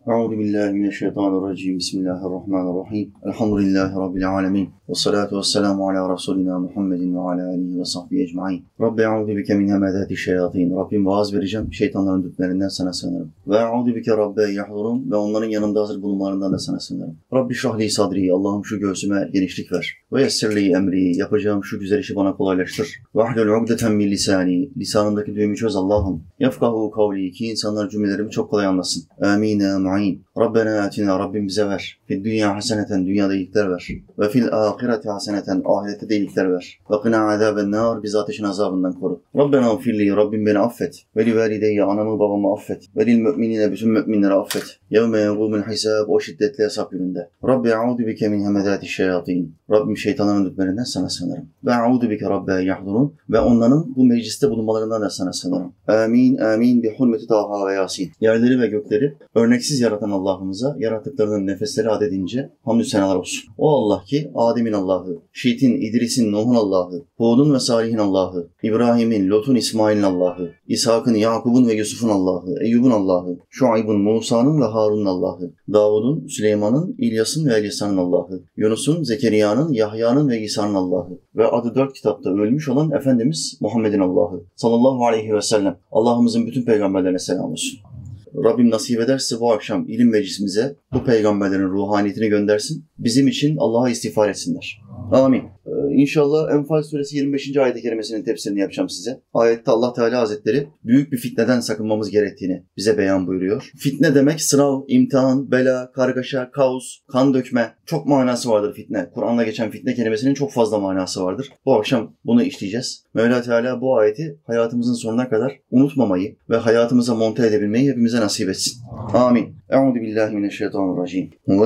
Euzu billahi mineşşeytanirracim. Bismillahirrahmanirrahim. Elhamdülillahi rabbil alamin. Ves salatu vesselamu ala resulina Muhammedin ve ala alihi ve sahbihi ecmaîn. Rabbi euzu bike min hemezati şeyatin. Rabbim vaaz vereceğim. Şeytanların dütlerinden sana sığınırım. Ve euzu bike rabbe yahdurun ve onların yanında hazır bulunmalarından da sana sığınırım. Rabbi şrahli sadri. Allah'ım şu göğsüme genişlik ver. Ve yessirli emri. Yapacağım şu güzel işi bana kolaylaştır. Ve ahlul ugdeten min lisani. Lisanımdaki düğümü çöz Allah'ım. Yefkahu kavli. Ki insanlar cümlelerimi çok kolay anlasın. Amin. Rabbena atina, Rabbim bize ver. Fid dünya haseneten, dünyada iyilikler ver. Ve fil ahireti haseneten, ahirette de iyilikler ver. Ve qina azaben nar, bizi ateşin azabından koru. Rabbena ufirli, Rabbim beni affet. Ve li valideyye, anamı babamı affet. Ve lil müminine, bütün müminleri affet. Yevme yegumul hisab, o şiddetli hesap gününde. Rabbi e'udu bike min hemezati şeyatin. Rabbim şeytanların dütlerinden sana sığınırım. Ve e'udu bike rabbe yahdurun. Ve onların bu mecliste bulunmalarından da sana sığınırım. Amin, amin bi hurmeti Taha ve Yasin. Yerleri ve gökleri örneksiz yaratan Allah'ımıza yarattıklarının nefesleri adedince hamdü senalar olsun. O Allah ki Adem'in Allah'ı, Şit'in, İdris'in, Nuh'un Allah'ı, Hud'un ve Salih'in Allah'ı, İbrahim'in, Lut'un, İsmail'in Allah'ı, İshak'ın, Yakub'un ve Yusuf'un Allah'ı, Eyyub'un Allah'ı, Şuayb'ın, Musa'nın ve Harun'un Allah'ı, Davud'un, Süleyman'ın, İlyas'ın ve Elyasa'nın Allah'ı, Yunus'un, Zekeriya'nın, Yahya'nın ve İsa'nın Allah'ı ve adı 4 kitapta ölmüş olan Efendimiz Muhammed'in Allah'ı sallallahu aleyhi ve sellem. Allah'ımızın bütün peygamberlerine selam olsun. Rabbim nasip ederse bu akşam ilim meclisimize bu peygamberlerin ruhaniyetini göndersin. Bizim için Allah'a istiğfar etsinler. Amin. İnşallah Enfal suresi 25. ayet-i kerimesinin tefsirini yapacağım size. Ayette Allah Teala Hazretleri büyük bir fitneden sakınmamız gerektiğini bize beyan buyuruyor. Fitne demek sınav, imtihan, bela, kargaşa, kaos, kan dökme. Çok manası vardır fitne. Kur'an'da geçen fitne kelimesinin çok fazla manası vardır. Bu akşam bunu işleyeceğiz. Mevla Teala bu ayeti hayatımızın sonuna kadar unutmamayı ve hayatımıza monte edebilmeyi hepimize nasip etsin. Amin. Euzu billahi mineşşeytanirracim.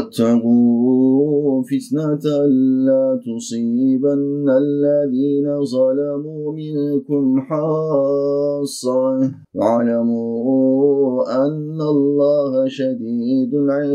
Vettegû fitneten la tusibennellezîne zalemû minkum hâssah. Ve'alemû ennallâhe şedîdul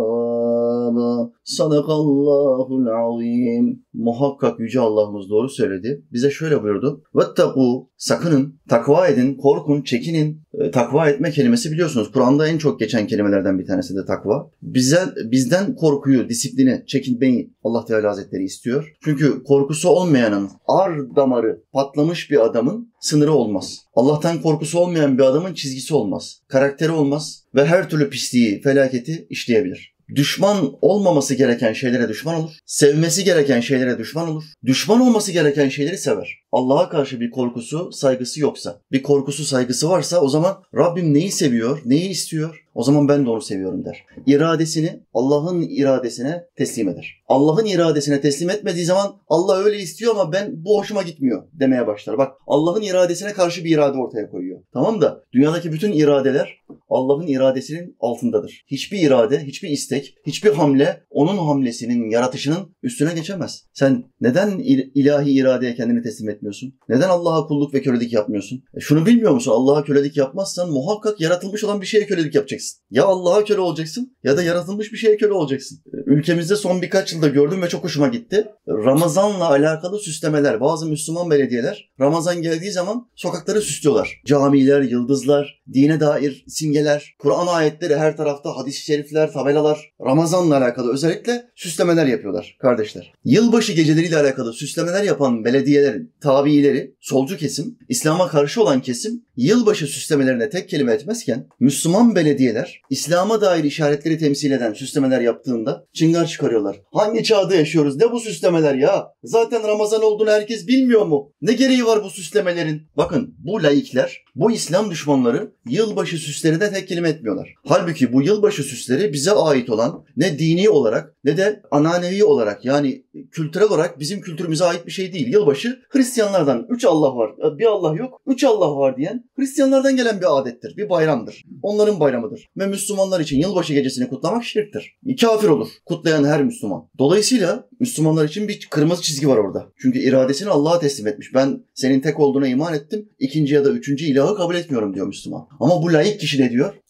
ikâb. Sadakallâhul azîm. Muhakkak Yüce Allah'ımız doğru söyledi. Bize şöyle buyurdu. Vettegû, sakının, takva edin, korkun, çekinin. Takva etme kelimesi biliyorsunuz Kur'an'da en çok geçen kelimelerden bir tanesi de takva. Bizden korkuyu, disiplini, çekinmeyi Allah Teala Hazretleri istiyor. Çünkü korkusu olmayanın, ar damarı patlamış bir adamın sınırı olmaz. Allah'tan korkusu olmayan bir adamın çizgisi olmaz. Karakteri olmaz ve her türlü pisliği, felaketi işleyebilir. Düşman olmaması gereken şeylere düşman olur. Sevmesi gereken şeylere düşman olur. Düşman olması gereken şeyleri sever. Allah'a karşı bir korkusu, saygısı yoksa, bir korkusu, saygısı varsa o zaman Rabbim neyi seviyor, neyi istiyor? O zaman ben de onu seviyorum der. İradesini Allah'ın iradesine teslim eder. Allah'ın iradesine teslim etmediği zaman Allah öyle istiyor ama bu hoşuma gitmiyor demeye başlar. Bak Allah'ın iradesine karşı bir irade ortaya koyuyor. Tamam da dünyadaki bütün iradeler Allah'ın iradesinin altındadır. Hiçbir irade, hiçbir istek, hiçbir hamle onun hamlesinin, yaratışının üstüne geçemez. Sen neden ilahi iradeye kendini teslim etmiyorsun? Neden Allah'a kulluk ve kölelik yapmıyorsun? Şunu bilmiyor musun? Allah'a kölelik yapmazsan muhakkak yaratılmış olan bir şeye kölelik yapacaksın. Ya Allah'a köle olacaksın ya da yaratılmış bir şeye köle olacaksın. Ülkemizde son birkaç yılda gördüm ve çok hoşuma gitti. Ramazanla alakalı süslemeler. Bazı Müslüman belediyeler Ramazan geldiği zaman sokakları süslüyorlar. Camiler, yıldızlar, dine dair simgeler, Kur'an ayetleri her tarafta, hadis-i şerifler, tabelalar. Ramazanla alakalı özellikle süslemeler yapıyorlar kardeşler. Yılbaşı geceleriyle alakalı süslemeler yapan belediyelerin tabiileri, solcu kesim, İslam'a karşı olan kesim yılbaşı süslemelerine tek kelime etmezken Müslüman belediyeler İslam'a dair işaretleri temsil eden süslemeler yaptığında çıngar çıkarıyorlar. Hangi çağda yaşıyoruz? Ne bu süslemeler ya? Zaten Ramazan olduğunu herkes bilmiyor mu? Ne gereği var bu süslemelerin? Bakın bu laikler, bu İslam düşmanları yılbaşı süslerine tek kelime etmiyorlar. Halbuki bu yılbaşı süsleri bize ait olan ne dini olarak ne de ananevi olarak yani kültürel olarak bizim kültürümüze ait bir şey değil. Yılbaşı Hristiyanlardan 3 Allah var, bir Allah yok, 3 Allah var diyen Hristiyanlardan gelen bir adettir, bir bayramdır. Onların bayramıdır. Ve Müslümanlar için yılbaşı gecesini kutlamak şirktir. Kafir olur kutlayan her Müslüman. Dolayısıyla Müslümanlar için bir kırmızı çizgi var orada. Çünkü iradesini Allah'a teslim etmiş. Ben senin tek olduğuna iman ettim. İkinci ya da üçüncü ilahı kabul etmiyorum diyor Müslüman. Ama bu laik kişi ne diyor?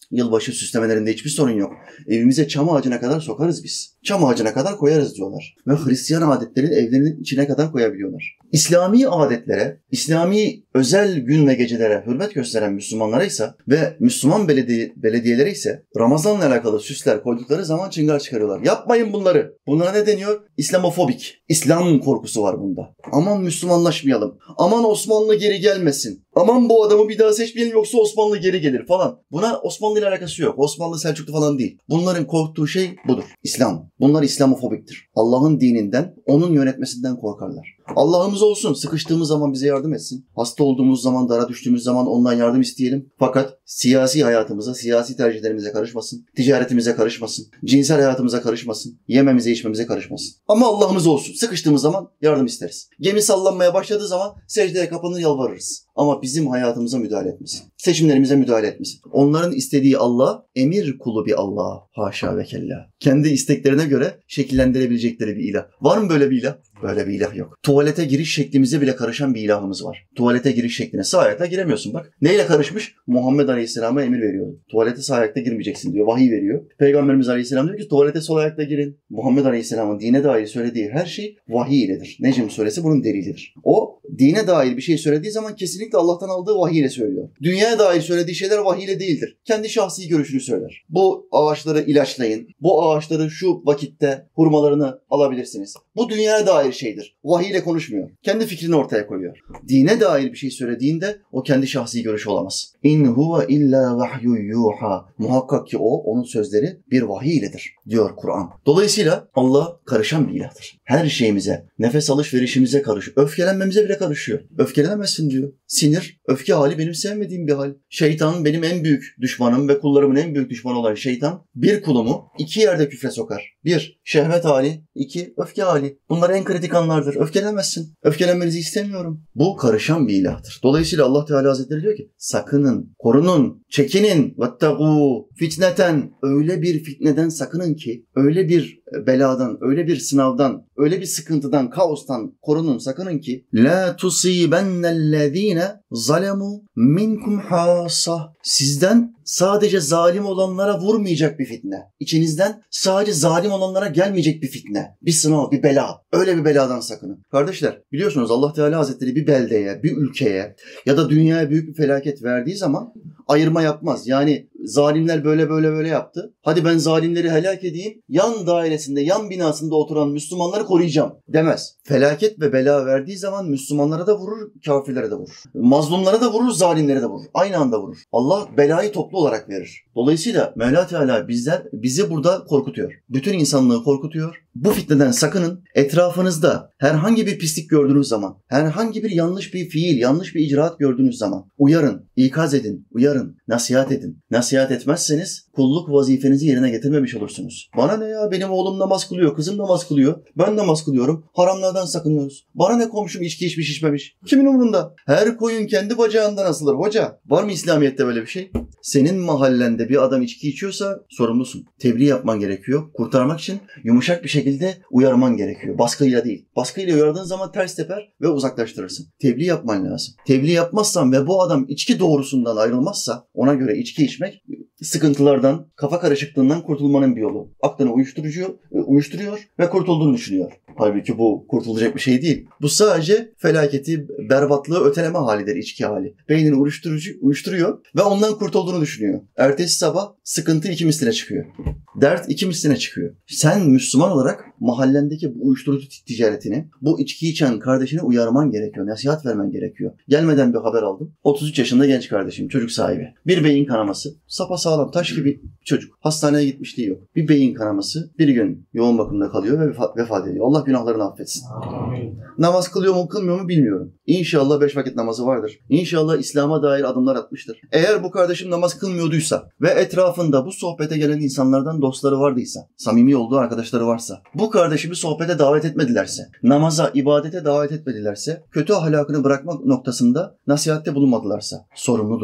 Yılbaşı süslemelerinde hiçbir sorun yok. Evimize çam ağacına kadar sokarız biz. Çam ağacına kadar koyarız diyorlar. Ve Hristiyan adetleri evlerinin içine kadar koyabiliyorlar. İslami adetlere, İslami özel gün ve gecelere hürmet gösteren Müslümanlara ise ve Müslüman belediyelere ise Ramazan'la alakalı süsler koydukları zaman çıngar çıkarıyorlar. Yapmayın bunları. Bunlara ne deniyor? İslamofobik. İslam korkusu var bunda. Aman Müslümanlaşmayalım. Aman Osmanlı geri gelmesin. Aman bu adamı bir daha seçmeyelim yoksa Osmanlı geri gelir falan. Buna Osmanlı ile alakası yok. Osmanlı Selçuklu falan değil. Bunların korktuğu şey budur. İslam. Bunlar İslamofobiktir. Allah'ın dininden, onun yönetmesinden korkarlar. Allah'ımız olsun. Sıkıştığımız zaman bize yardım etsin. Hasta olduğumuz zaman, dara düştüğümüz zaman ondan yardım isteyelim. Fakat siyasi hayatımıza, siyasi tercihlerimize karışmasın. Ticaretimize karışmasın. Cinsel hayatımıza karışmasın. Yememize, içmemize karışmasın. Ama Allah'ımız olsun. Sıkıştığımız zaman yardım isteriz. Gemi sallanmaya başladığı zaman secdeye kapanır yalvarırız. Ama bizim hayatımıza müdahale etmesin. Seçimlerimize müdahale etmesin. Onların istediği Allah, emir kulu bir Allah. Haşa ve kella. Kendi isteklerine göre şekillendirebilecekleri bir ilah. Var mı böyle bir ilah? Böyle bir ilah yok. Tuvalete giriş şeklimize bile karışan bir ilahımız var. Tuvalete giriş şekline sağ ayakla giremiyorsun bak. Neyle karışmış? Muhammed Aleyhisselam'a emir veriyor. Tuvalete sağ ayakta girmeyeceksin diyor. Vahiy veriyor. Peygamberimiz Aleyhisselam diyor ki tuvalete sol ayakta girin. Muhammed Aleyhisselam'ın dine dair söylediği her şey vahiy iledir. Necm suresi bunun delilidir. O dine dair bir şey söylediği zaman kesinlikle Allah'tan aldığı vahiy ile söylüyor. Dünyaya dair söylediği şeyler vahiy ile değildir. Kendi şahsi görüşünü söyler. Bu ağaçları ilaçlayın. Bu ağaçları şu vakitte hurmalarını alabilirsiniz. Bu dünyaya dair şeydir. Vahiy ile konuşmuyor. Kendi fikrini ortaya koyuyor. Dine dair bir şey söylediğinde o kendi şahsi görüşü olamaz. İn huve illa vahyu yuha. Muhakkak ki onun sözleri bir vahiy iledir diyor Kur'an. Dolayısıyla Allah karışan bir ilahdır. Her şeyimize, nefes alışverişimize karışıyor. Öfkelenmemize bile karışıyor. Öfkelenemezsin diyor. Sinir, öfke hali benim sevmediğim bir hal. Şeytan benim en büyük düşmanım ve kullarımın en büyük düşmanı olan şeytan bir kulumu iki yerde küfre sokar. Bir, şehvet hali. İki, öfke hali. Bunlar en kritik anlardır. Öfkelenmezsin. Öfkelenmenizi istemiyorum. Bu karışan bir ilahtır. Dolayısıyla Allah Teala Hazretleri diyor ki sakının, korunun, çekinin. Vettegu fitneten. Öyle bir fitneden sakının ki, öyle bir beladan, öyle bir sınavdan, öyle bir sıkıntıdan, kaostan korunun, sakının ki la tusibennellezine zalemu minkum hassa. Sizden sadece zalim olanlara vurmayacak bir fitne. İçinizden sadece zalim olanlara gelmeyecek bir fitne. Bir sınav, bir bela. Öyle bir beladan sakının. Kardeşler, biliyorsunuz Allah Teala Hazretleri bir beldeye, bir ülkeye ya da dünyaya büyük bir felaket verdiği zaman ayırma yapmaz. Yani zalimler böyle yaptı. Hadi ben zalimleri helak edeyim. Yan dairesinde, yan binasında oturan Müslümanları koruyacağım demez. Felaket ve bela verdiği zaman Müslümanlara da vurur, kafirlere de vurur. Mazlumlara da vurur, zalimlere de vurur. Aynı anda vurur. Allah belayı toplu olarak verir. Dolayısıyla Mevla Teala bizi burada korkutuyor. Bütün insanlığı korkutuyor. Bu fitneden sakının. Etrafınızda herhangi bir pislik gördüğünüz zaman, herhangi bir yanlış bir fiil, yanlış bir icraat gördüğünüz zaman uyarın, ikaz edin, uyarın, nasihat edin. Nasihat etmezseniz kulluk vazifenizi yerine getirmemiş olursunuz. Bana ne ya? Benim oğlum namaz kılıyor, kızım namaz kılıyor. Ben namaz kılıyorum. Haramlardan sakınıyoruz. Bana ne komşum içki içmiş içmemiş? Kimin umurunda? Her koyun kendi bacağından asılır hoca. Var mı İslamiyet'te böyle bir şey? Senin mahallende bir adam içki içiyorsa sorumlusun. Tebliğ yapman gerekiyor. Kurtarmak için yumuşak bir şekilde uyarman gerekiyor. Baskıyla değil. Baskıyla uyardığın zaman ters teper ve uzaklaştırırsın. Tebliğ yapman lazım. Tebliğ yapmazsan ve bu adam içki doğrusundan ayrılmazsa ona göre içki içmek sıkıntılardan, kafa karışıklığından kurtulmanın bir yolu. Aklını uyuşturuyor ve kurtulduğunu düşünüyor. Halbuki bu kurtulacak bir şey değil. Bu sadece felaketi, berbatlığı öteleme halidir, içki hali. Beynini uyuşturuyor ve ondan kurtulduğunu düşünüyor. Ertesi sabah sıkıntı iki misline çıkıyor. Dert iki misline çıkıyor. Sen Müslüman olarak mahallendeki bu uyuşturucu ticaretini, bu içki içen kardeşini uyarman gerekiyor. Nasihat vermen gerekiyor. Gelmeden bir haber aldım. 33 yaşında genç kardeşim, çocuk sahibi. Bir beyin kanaması. Sapasağlam, taş gibi çocuk. Hastaneye gitmişliği yok. Bir beyin kanaması. Bir gün yoğun bakımda kalıyor ve vefat ediyor. Allah günahlarını affetsin. Amin. Namaz kılıyor mu kılmıyor mu bilmiyorum. İnşallah 5 vakit namazı vardır. İnşallah İslam'a dair adımlar atmıştır. Eğer bu kardeşim namaz kılmıyorduysa ve etrafında bu sohbete gelen insanlardan dostları vardıysa, samimi olduğu arkadaşları varsa, bu kardeşimi sohbete davet etmedilerse, namaza, ibadete davet etmedilerse, kötü ahlakını bırakmak noktasında nasihatte bulunmadılarsa sorumludurlar.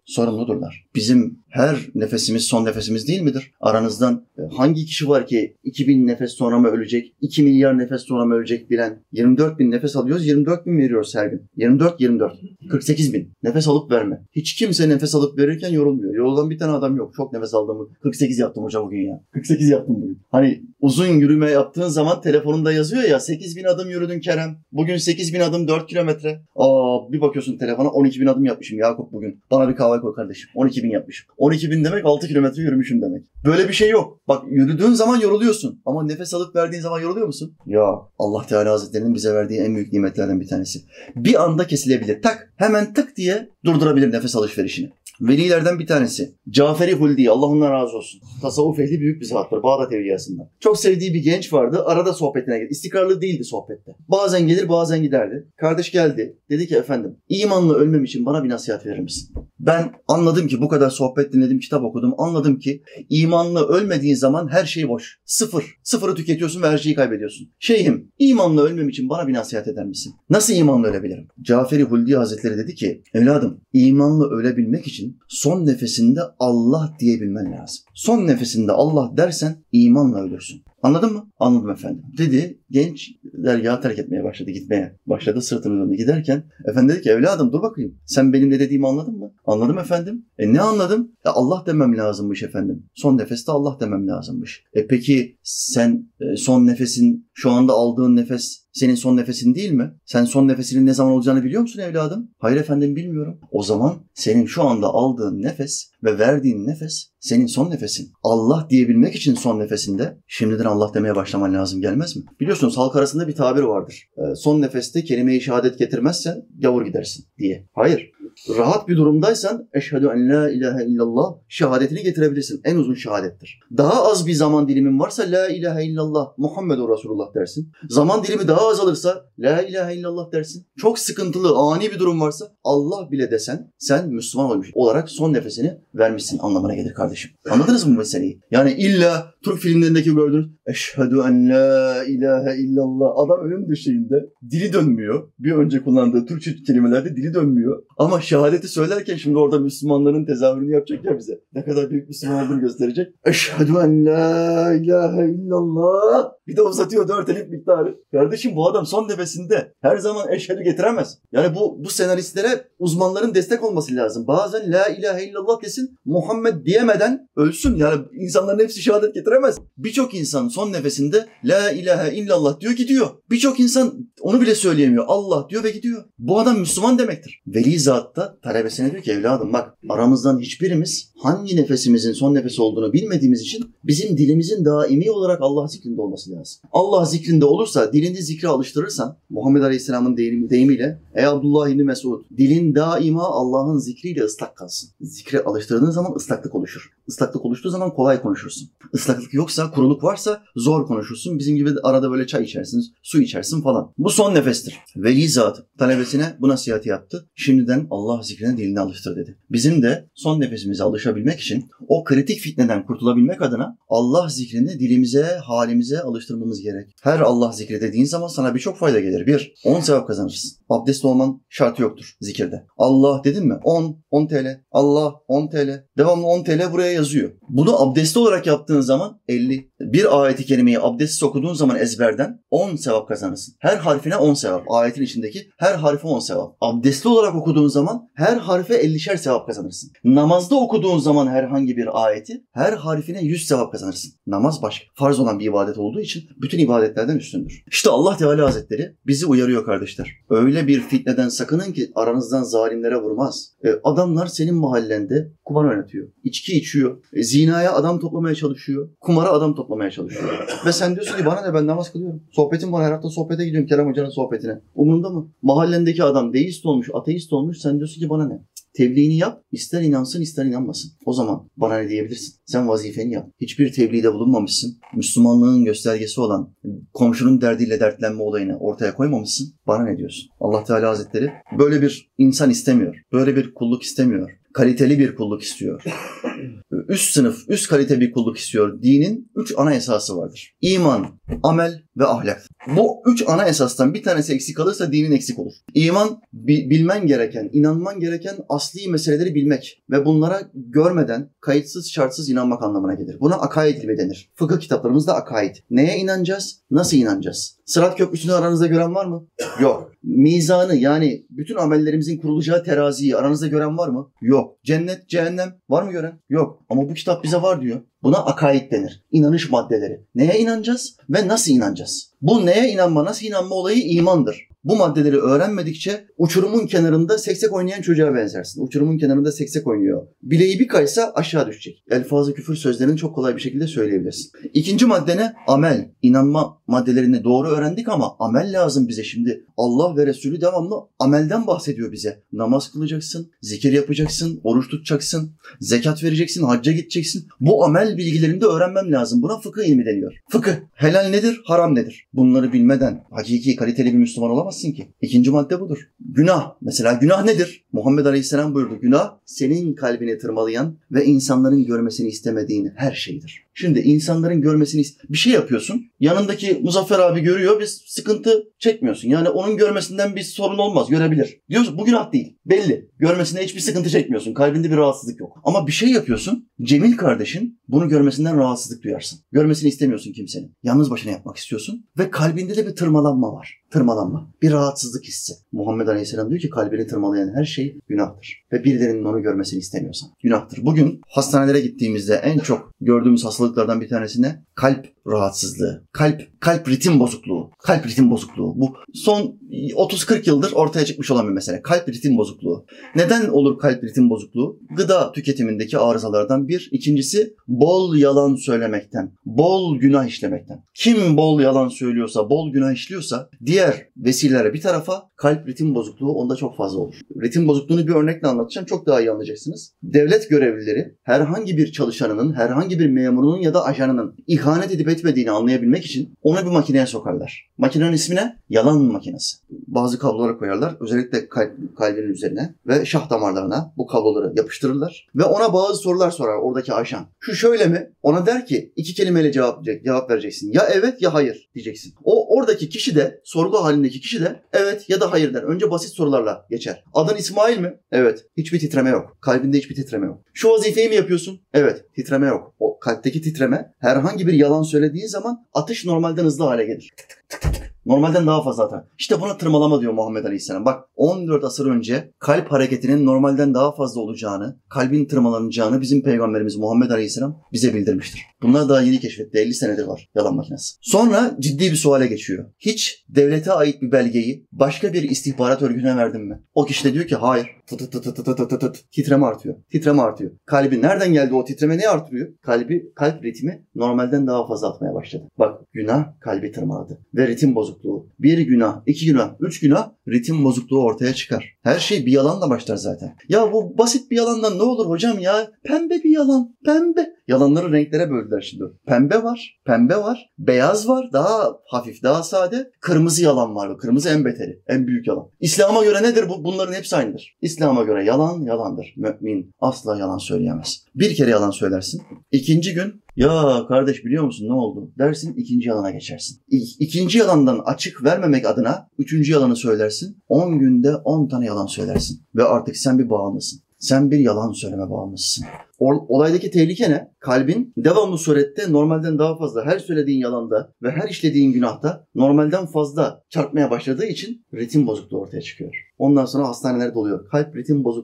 Sorumludurlar. Bizim her nefesimiz son nefesimiz değil midir? Aranızdan hangi kişi var ki 2000 nefes sonra mı ölecek, 2 milyar nefes sonra mı ölecek bilen? 24 bin nefes alıyoruz, 24 bin veriyoruz her gün. 24. 48 bin. Nefes alıp verme. Hiç kimse nefes alıp verirken yorulmuyor. Yorulan bir tane adam yok. Çok nefes aldığımı. 48 yaptım hocam bugün ya. 48 yaptım bugün. Hani uzun yürüme yaptığın zaman telefonunda yazıyor ya 8.000 adım yürüdün Kerem. Bugün 8.000 adım 4 kilometre. Bir bakıyorsun telefona 12.000 adım yapmışım Yakup bugün. Bana bir kahve koy kardeşim. 12.000 yapmışım. 12.000 demek 6 kilometre yürümüşüm demek. Böyle bir şey yok. Bak yürüdüğün zaman yoruluyorsun. Ama nefes alıp verdiğin zaman yoruluyor musun? Ya Allah Teala Hazretleri'nin bize verdiği en büyük nimetlerden bir tanesi. Bir anda kesilebilir. Tak. Hemen tık diye durdurabilir nefes alışverişini. Velilerden bir tanesi. Caferi Huldi, Allah ondan razı olsun. Tasavvuf ehli büyük bir zattır. Bağdat Evliyası'ndan. Çok sevdiği bir genç vardı. Arada sohbetine gelir. İstikrarlı değildi sohbette. Bazen gelir bazen giderdi. Kardeş geldi. Dedi ki efendim imanla ölmem için bana bir nasihat verir misin? Ben anladım ki bu kadar sohbet dinledim, kitap okudum. Anladım ki imanla ölmediğin zaman her şey boş. Sıfır. Sıfırı tüketiyorsun ve her şeyi kaybediyorsun. Şeyhim, imanla ölmem için bana bir nasihat eder misin? Nasıl imanla ölebilirim? Caferi Huldi Hazretleri dedi ki evladım imanla ölebilmek için son nefesinde Allah diyebilmen lazım. Son nefesinde Allah dersen imanla ölürsün. Anladın mı? Anladım efendim. Dedi genç dergâhı terk etmeye başladı, gitmeye başladı sırtını döndü giderken. Efendi dedi ki evladım dur bakayım. Sen benim ne dediğimi anladın mı? Anladım efendim. Ne anladım? Allah demem lazımmış efendim. Son nefeste Allah demem lazımmış. Peki sen son nefesin şu anda aldığın nefes senin son nefesin değil mi? Sen son nefesinin ne zaman olacağını biliyor musun evladım? Hayır efendim bilmiyorum. O zaman senin şu anda aldığın nefes ve verdiğin nefes senin son nefesin. Allah diyebilmek için son nefesinde şimdiden Allah demeye başlaman lazım gelmez mi? Biliyorsunuz halk arasında bir tabir vardır. Son nefeste kelime-i şehadet getirmezsen gavur gidersin diye. Hayır. Rahat bir durumdaysan eşhedü en la ilahe illallah şehadetini getirebilirsin. En uzun şehadettir. Daha az bir zaman dilimin varsa la ilahe illallah Muhammedur Resulullah dersin. Zaman dilimi daha azalırsa la ilahe illallah dersin. Çok sıkıntılı, ani bir durum varsa Allah bile desen sen Müslüman olmuş olarak son nefesini vermişsin anlamına gelir kardeşim. Anladınız mı bu meseleyi? Yani illa Türk filmlerindeki gördüğünüz eşhedü en la ilahe illallah adam ölüm döşeğinde dili dönmüyor. Bir önce kullandığı Türkçe kelimelerde dili dönmüyor. Ama şehadeti söylerken şimdi orada Müslümanların tezahürünü yapacak ya bize. Ne kadar büyük Müslüman olduğunu gösterecek. Eşhedü en la ilahe illallah. Bir de uzatıyor 4 elif miktarı. Kardeşim bu adam son nefesinde her zaman eşhedü getiremez. Yani bu senaristlere uzmanların destek olması lazım. Bazen la ilahe illallah desin Muhammed diyemeden ölsün. Yani insanların hepsi şehadet getiremez. Birçok insan son nefesinde la ilahe illallah diyor gidiyor. Birçok insan onu bile söyleyemiyor. Allah diyor ve gidiyor. Bu adam Müslüman demektir. Veli zat da talebesine diyor ki evladım bak aramızdan hiçbirimiz hangi nefesimizin son nefes olduğunu bilmediğimiz için bizim dilimizin daimi olarak Allah zikrinde olması lazım. Allah zikrinde olursa dilini zikre alıştırırsan Muhammed Aleyhisselam'ın deyimiyle ey Abdullah İbni Mesud dilin daima Allah'ın zikriyle ıslak kalsın. Zikre alıştırdığın zaman ıslaklık oluşur. Islaklık oluştuğu zaman kolay konuşursun. Islaklık yoksa, kuruluk varsa zor konuşursun. Bizim gibi arada böyle çay içersin, su içersin falan. Bu son nefestir. Veli zat talebesine bu nasihati yaptı. Şimdiden Allah zikrine dilini alıştır dedi. Bizim de son nefesimize alışabilmek için o kritik fitneden kurtulabilmek adına Allah zikrini dilimize, halimize alıştırmamız gerek. Her Allah zikri dediğin zaman sana birçok fayda gelir. 1. 10 sevap kazanırsın. Abdestli olman şartı yoktur zikirde. Allah dedin mi? 10 TL. Allah 10 TL. Devamlı 10 TL buraya yazıyor. Bunu abdestli olarak yaptığın zaman 50. Bir ayeti kerimeyi abdestsiz okuduğun zaman ezberden 10 sevap kazanırsın. Her harfine 10 sevap. Ayetin içindeki her harfe 10 sevap. Abdestli olarak okuduğun zaman her harfe 50'şer sevap kazanırsın. Namazda okuduğun zaman herhangi bir ayeti her harfine 100 sevap kazanırsın. Namaz başka. Farz olan bir ibadet olduğu için bütün ibadetlerden üstündür. İşte Allah Teala Hazretleri bizi uyarıyor kardeşler. Öyle bir fitneden sakının ki aranızdan zalimlere vurmaz. Adamlar senin mahallende kumar oynatıyor. İçki içiyor. Zinaya adam toplamaya çalışıyor. Kumara adam toplamaya çalışıyor. Ve sen diyorsun ki bana ne ben namaz kılıyorum. Sohbetim var her hafta sohbete gidiyorum Kerem Hoca'nın sohbetine. Umurunda mı? Mahallendeki adam deist olmuş, ateist olmuş sen diyorsun ki bana ne? Tebliğini yap, ister inansın ister inanmasın. O zaman bana ne diyebilirsin? Sen vazifeni yap. Hiçbir tebliğde bulunmamışsın. Müslümanlığın göstergesi olan komşunun derdiyle dertlenme olayını ortaya koymamışsın. Bana ne diyorsun? Allah Teala Hazretleri böyle bir insan istemiyor. Böyle bir kulluk istemiyor. Kaliteli bir kulluk istiyor. Üst sınıf, üst kalite bir kulluk istiyor. Dinin 3 ana esası vardır. İman, amel ve ahlak. Bu 3 ana esastan bir tanesi eksik kalırsa dinin eksik olur. İman, bilmen gereken, inanman gereken asli meseleleri bilmek ve bunlara görmeden, kayıtsız şartsız inanmak anlamına gelir. Buna akaid ilmi denir. Fıkıh kitaplarımızda akaid. Neye inanacağız? Nasıl inanacağız? Sırat köprüsünü aranızda gören var mı? Yok. Mizanı, yani bütün amellerimizin kurulacağı teraziyi aranızda gören var mı? Yok. Cennet, cehennem var mı gören? Yok. Ama bu kitap bize var diyor. Buna akaid denir. İnanış maddeleri. Neye inanacağız ve nasıl inanacağız? Bu neye inanma, nasıl inanma olayı imandır. Bu maddeleri öğrenmedikçe uçurumun kenarında seksek oynayan çocuğa benzersin. Uçurumun kenarında seksek oynuyor. Bileği bir kaysa aşağı düşecek. Elfazı küfür sözlerini çok kolay bir şekilde söyleyebilirsin. İkinci madde ne? Amel. İnanma maddelerini doğru öğrendik ama amel lazım bize şimdi. Allah ve Resulü devamlı amelden bahsediyor bize. Namaz kılacaksın, zikir yapacaksın, oruç tutacaksın, zekat vereceksin, hacca gideceksin. Bu amel bilgilerini de öğrenmem lazım. Buna fıkıh ilmi deniyor. Fıkıh. Helal nedir? Haram nedir? Bunları bilmeden hakiki, kaliteli bir Müslüman olamazsın ki. İkinci madde budur. Günah. Mesela günah nedir? Muhammed Aleyhisselam buyurdu. Günah, senin kalbini tırmalayan ve insanların görmesini istemediğin her şeydir. Şimdi insanların görmesini bir şey yapıyorsun. Yanındaki Muzaffer abi görüyor, bir sıkıntı çekmiyorsun. Yani onun görmesinden bir sorun olmaz, görebilir. Diyorsun bu günah değil. Belli. Görmesine hiçbir sıkıntı çekmiyorsun. Kalbinde bir rahatsızlık yok. Ama bir şey yapıyorsun. Cemil kardeşin bunu görmesinden rahatsızlık duyarsın. Görmesini istemiyorsun kimsenin. Yalnız başına yapmak istiyorsun ve kalbinde de bir tırmalanma var. Tırmalanma. Bir rahatsızlık hissi. Muhammed Aleyhisselam diyor ki kalbini tırmalayan her şey günahtır. Ve birilerinin onu görmesini istemiyorsan günahtır. Bugün hastanelere gittiğimizde en çok gördüğümüz hastalıklardan bir tanesi ne? Kalp rahatsızlığı. Kalp ritim bozukluğu. Kalp ritim bozukluğu. Bu son 30-40 yıldır ortaya çıkmış olan bir mesele. Kalp ritim bozukluğu. Neden olur kalp ritim bozukluğu? Gıda tüketimindeki arızalardan bir. İkincisi bol yalan söylemekten. Bol günah işlemekten. Kim bol yalan söylüyorsa, bol günah işliyorsa diğer vesilelere bir tarafa kalp ritim bozukluğu onda çok fazla olur. Ritim bozukluğunu bir örnekle anlatacağım. Çok daha iyi anlayacaksınız. Devlet görevlileri herhangi bir çalışanının, herhangi bir memurunun ya da ajanının ihanet edip etmediğini anlayabilmek için onu bir makineye sokarlar. Makinenin ismi ne? Yalan makinesi. Bazı kabloları koyarlar. Özellikle kalbinin üzerine ve şah damarlarına bu kabloları yapıştırırlar. Ve ona bazı sorular sorar oradaki ajan. Şu şöyle mi? Ona der ki 2 kelimeyle cevap vereceksin. Ya evet ya hayır diyeceksin. Oradaki kişi de, sorgu halindeki kişi de evet ya da hayır der. Önce basit sorularla geçer. Adın İsmail mi? Evet. Hiçbir titreme yok. Kalbinde hiçbir titreme yok. Şu vazifeyi mi yapıyorsun? Evet. Titreme yok. O kalpteki titreme herhangi bir yalan söylediğin zaman atış normalden hızlı hale gelir. Normalden daha fazla atar. İşte buna tırmalama diyor Muhammed Aleyhisselam. Bak 14 asır önce kalp hareketinin normalden daha fazla olacağını, kalbin tırmalanacağını bizim Peygamberimiz Muhammed Aleyhisselam bize bildirmiştir. Bunlar daha yeni keşfetti. 50 senedir var yalan makinesi. Sonra ciddi bir suale geçiyor. Hiç devlete ait bir belgeyi başka bir istihbarat örgütüne verdin mi? O kişi de diyor ki hayır. Titreme artıyor. Titreme artıyor. Kalbi nereden geldi o titreme, ne artırıyor? Kalp ritmi normalden daha fazla atmaya başladı. Bak günah kalbi tırmaladı. Ve ritim bozukluğu. 1 günah, 2 günah, 3 günah ritim bozukluğu ortaya çıkar. Her şey bir yalanla başlar zaten. Ya bu basit bir yalandan ne olur hocam ya? Pembe bir yalan. Pembe. Yalanları renklere böldüler şimdi. Pembe var, beyaz var, daha hafif, daha sade. Kırmızı yalan var. Kırmızı en beteri, en büyük yalan. İslam'a göre nedir bu? Bunların hepsi aynıdır. İslam'a göre yalan yalandır. Mümin asla yalan söyleyemez. Bir kere yalan söylersin. 2. gün ya kardeş biliyor musun ne oldu dersin, 2. yalana geçersin. 2. yalandan açık vermemek adına 3. yalanı söylersin. 10 günde 10 tane yalan söylersin. Ve artık sen bir bağımlısın. Sen bir yalan söyleme bağımlısın. Olaydaki tehlike ne? Kalbin devamlı surette normalden daha fazla her söylediğin yalanda ve her işlediğin günahta normalden fazla çarpmaya başladığı için ritim bozukluğu ortaya çıkıyor. Ondan sonra hastanelerde oluyor. Kalp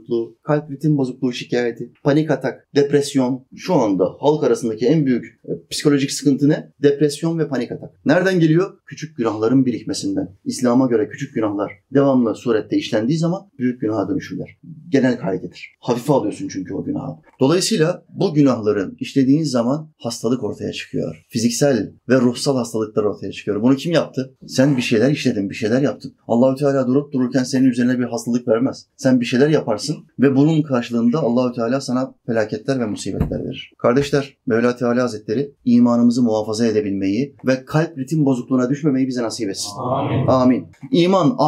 ritim bozukluğu şikayeti, panik atak, depresyon. Şu anda halk arasındaki en büyük psikolojik sıkıntı ne? Depresyon ve panik atak. Nereden geliyor? Küçük günahların birikmesinden. İslam'a göre küçük günahlar devamlı surette işlendiği zaman büyük günaha dönüşürler. Genel kaidedir. Hafife alıyorsun çünkü o günahı. Dolayısıyla bu günahları işlediğin zaman hastalık ortaya çıkıyor. Fiziksel ve ruhsal hastalıklar ortaya çıkıyor. Bunu kim yaptı? Sen bir şeyler işledin, bir şeyler yaptın. Allahü Teala durup dururken senin üzerine bir hastalık vermez. Sen bir şeyler yaparsın ve bunun karşılığında Allahü Teala sana felaketler ve musibetler verir. Kardeşler, Mevla Teala Hazretleri imanımızı muhafaza edebilmeyi ve kalp ritim bozukluğuna düşmemeyi bize nasip etsin. Amin. İman, amel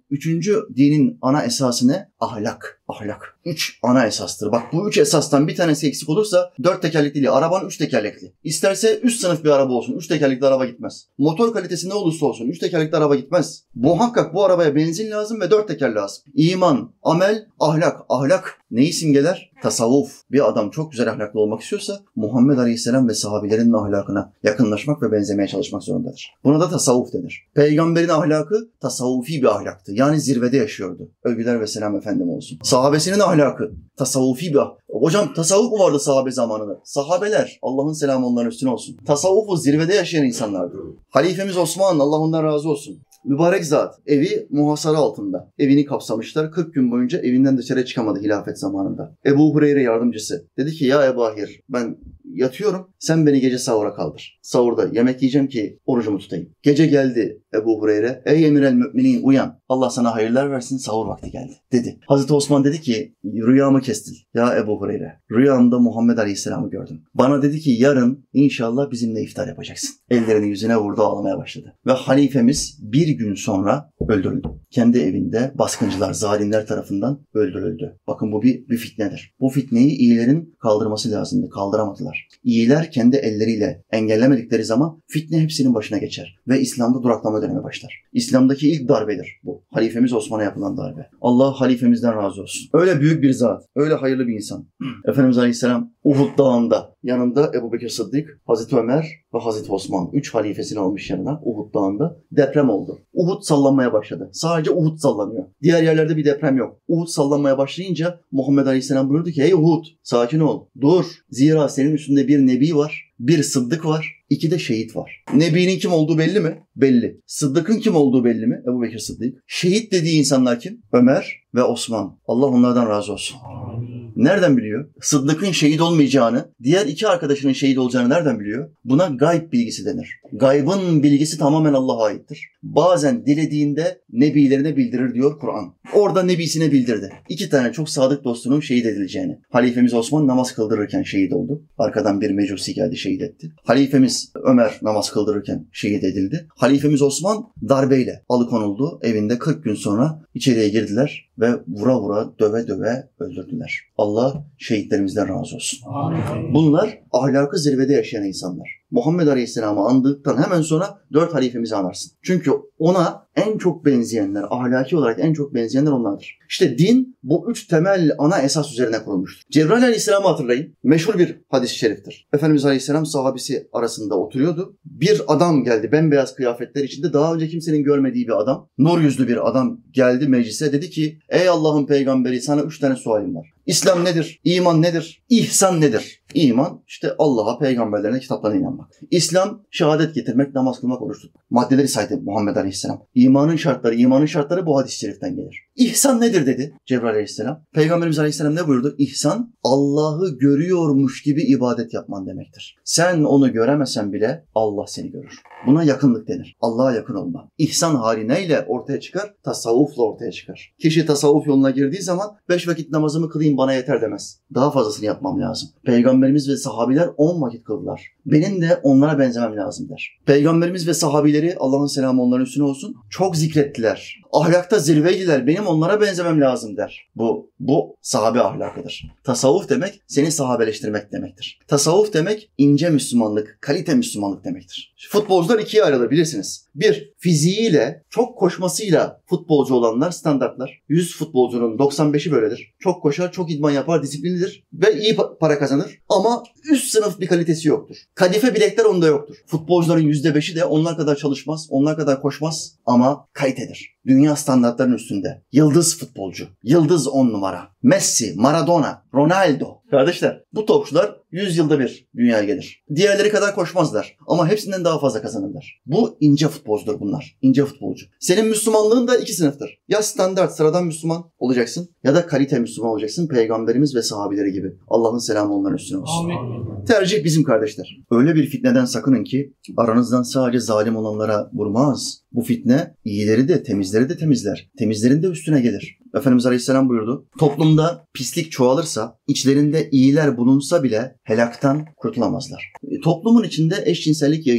üçüncü dinin ana esası ne? Ahlak. Ahlak. 3 ana esastır. Bak bu 3 esastan bir tanesi eksik olursa 4 tekerlekli değil. Araban 3 tekerlekli. İsterse üst sınıf bir araba olsun. 3 tekerlekli araba gitmez. Motor kalitesi ne olursa olsun 3 tekerlekli araba gitmez. Muhakkak bu arabaya benzin lazım ve 4 teker lazım. İman, amel, ahlak. Ahlak neyi simgeler? Tasavvuf. Bir adam çok güzel ahlaklı olmak istiyorsa Muhammed Aleyhisselam ve sahabilerinin ahlakına yakınlaşmak ve benzemeye çalışmak zorundadır. Buna da tasavvuf denir. Peygamberin ahlakı tasavvufi bir ahlaktı. Yani zirvede yaşıyordu. Övgüler ve selam efendim olsun. Sahabesinin ahlakı tasavvufi bir Hocam tasavvuf mu vardı sahabe zamanında? Sahabeler, Allah'ın selamı onların üstüne olsun. Tasavvufu zirvede yaşayan insanlardı. Halifemiz Osman, Allah ondan razı olsun. Mübarek zat, evi muhasara altında. Evini kapsamışlar. 40 gün boyunca evinden dışarı çıkamadı hilafet zamanında. Ebu Hureyre yardımcısı. Dedi ki ya Ebu Ahir, ben yatıyorum, sen beni gece sahura kaldır. Sahurda yemek yiyeceğim ki orucumu tutayım. Gece geldi Ebu Hureyre. Ey emir el müminin uyan. Allah sana hayırlar versin, sahur vakti geldi dedi. Hazreti Osman dedi ki rüyamı kestin. Ya Ebu Hureyre, rüyamda Muhammed Aleyhisselam'ı gördüm. Bana dedi ki yarın inşallah bizimle iftar yapacaksın. Ellerini yüzüne vurdu, ağlamaya başladı. Ve halifemiz bir gün sonra öldürüldü. Kendi evinde baskıncılar, zalimler tarafından öldürüldü. Bakın bu bir fitnedir. Bu fitneyi iyilerin kaldırması lazımdı. Kaldıramadılar. İyiler kendi elleriyle engellemedikleri zaman fitne hepsinin başına geçer. Ve İslam'da duraklama dönemi başlar. İslam'daki ilk darbedir bu. Halifemiz Osman'a yapılan darbe. Allah halifemizden razı olsun. Öyle büyük bir zat, öyle hayırlı bir insan. Efendimiz Aleyhisselam Uhud Dağı'nda yanında Ebu Bekir Sıddık, Hazreti Ömer ve Hazreti Osman 3 halifesini almış yanına Uhud Dağı'nda. Deprem oldu. Uhud sallanmaya başladı. Sadece Uhud sallanıyor. Diğer yerlerde bir deprem yok. Uhud sallanmaya başlayınca Muhammed Aleyhisselam buyurdu ki ey Uhud sakin ol, dur. Zira senin üstünde bir nebi var, bir sıddık var, 2 de şehit var. Nebinin kim olduğu belli mi? Belli. Sıddık'ın kim olduğu belli mi? Ebu Bekir Sıddık. Şehit dediği insanlar kim? Ömer ve Osman. Allah onlardan razı olsun. Nereden biliyor? Sıddık'ın şehit olmayacağını, diğer 2 arkadaşının şehit olacağını nereden biliyor? Buna gayb bilgisi denir. Gaybın bilgisi tamamen Allah'a aittir. Bazen dilediğinde nebilerine bildirir diyor Kur'an. Orada nebisine bildirdi. 2 tane çok sadık dostunun şehit edileceğini. Halifemiz Osman namaz kıldırırken şehit oldu. Arkadan bir mecusi geldi, şehit etti. Halifemiz Ömer namaz kıldırırken şehit edildi. Halifemiz Osman darbeyle alıkonuldu. Evinde 40 gün sonra içeriye girdiler ve vura vura, döve döve öldürdüler. Allah şehitlerimizden razı olsun. Amin. Bunlar ahlakı zirvede yaşayan insanlar. Muhammed Aleyhisselam'ı andıktan hemen sonra 4 halifemizi anarsın. Çünkü ona en çok benzeyenler, ahlaki olarak en çok benzeyenler onlardır. İşte din bu 3 temel ana esas üzerine kurulmuştur. Cebrail Aleyhisselam'ı hatırlayın. Meşhur bir hadis-i şeriftir. Efendimiz Aleyhisselam sahabesi arasında oturuyordu. Bir adam geldi bembeyaz kıyafetler içinde. Daha önce kimsenin görmediği bir adam. Nur yüzlü bir adam geldi meclise. Dedi ki ey Allah'ın peygamberi sana 3 tane sualim var. İslam nedir? İman nedir? İhsan nedir? İman işte Allah'a, peygamberlerine, kitaplarına inanmak. İslam şehadet getirmek, namaz kılmak, oruç tutmak. Maddeleri saydı Muhammed Aleyhisselam. İmanın şartları bu hadis-i şeriften gelir. İhsan nedir dedi Cebrail Aleyhisselam. Peygamberimiz Aleyhisselam ne buyurdu? İhsan Allah'ı görüyormuş gibi ibadet yapman demektir. Sen onu göremesen bile Allah seni görür. Buna yakınlık denir. Allah'a yakın olma. İhsan hali neyle ortaya çıkar? Tasavvufla ortaya çıkar. Kişi tasavvuf yoluna girdiği zaman 5 vakit namazımı kılayım bana yeter demez. Daha fazlasını yapmam lazım. Peygamberimiz ve sahabiler 10 vakit kıldılar. Benim de onlara benzemem lazım der. Peygamberimiz ve sahabileri Allah'ın selamı onların üstüne olsun çok zikrettiler. Ahlakta zirveydiler. Benim onlara benzemem lazım der. Bu sahabe ahlakıdır. Tasavvuf demek seni sahabeleştirmek demektir. Tasavvuf demek ince Müslümanlık, kalite Müslümanlık demektir. Futbolcular 2'ye ayrılır bilirsiniz. Bir, fiziğiyle, çok koşmasıyla futbolcu olanlar standartlar. 100 futbolcunun 95'i böyledir. Çok koşar, çok idman yapar, disiplinlidir ve iyi para kazanır. Ama üst sınıf bir kalitesi yoktur. Kadife bilekler onda yoktur. Futbolcuların %5'i de onlar kadar çalışmaz, onlar kadar koşmaz ama kalitedir. Dünya standartlarının üstünde. Yıldız futbolcu, yıldız 10 numara. Messi, Maradona, Ronaldo. Kardeşler bu topçular 100 yılda bir dünyaya gelir. Diğerleri kadar koşmazlar ama hepsinden daha fazla kazanırlar. Bu ince futbolcudur bunlar. İnce futbolcu. Senin Müslümanlığın da 2 sınıftır. Ya standart sıradan Müslüman olacaksın ya da kalite Müslüman olacaksın. Peygamberimiz ve sahabileri gibi. Allah'ın selamı onların üstüne olsun. Amin. Tercih bizim kardeşler. Öyle bir fitneden sakının ki aranızdan sadece zalim olanlara vurmaz. Bu fitne iyileri de temizleri de temizler. Temizlerin de üstüne gelir. Efendimiz Aleyhisselam buyurdu. Toplumda pislik çoğalırsa, içlerinde iyiler bulunsa bile helaktan kurtulamazlar. Toplumun içinde eşcinsellik yayılıyor.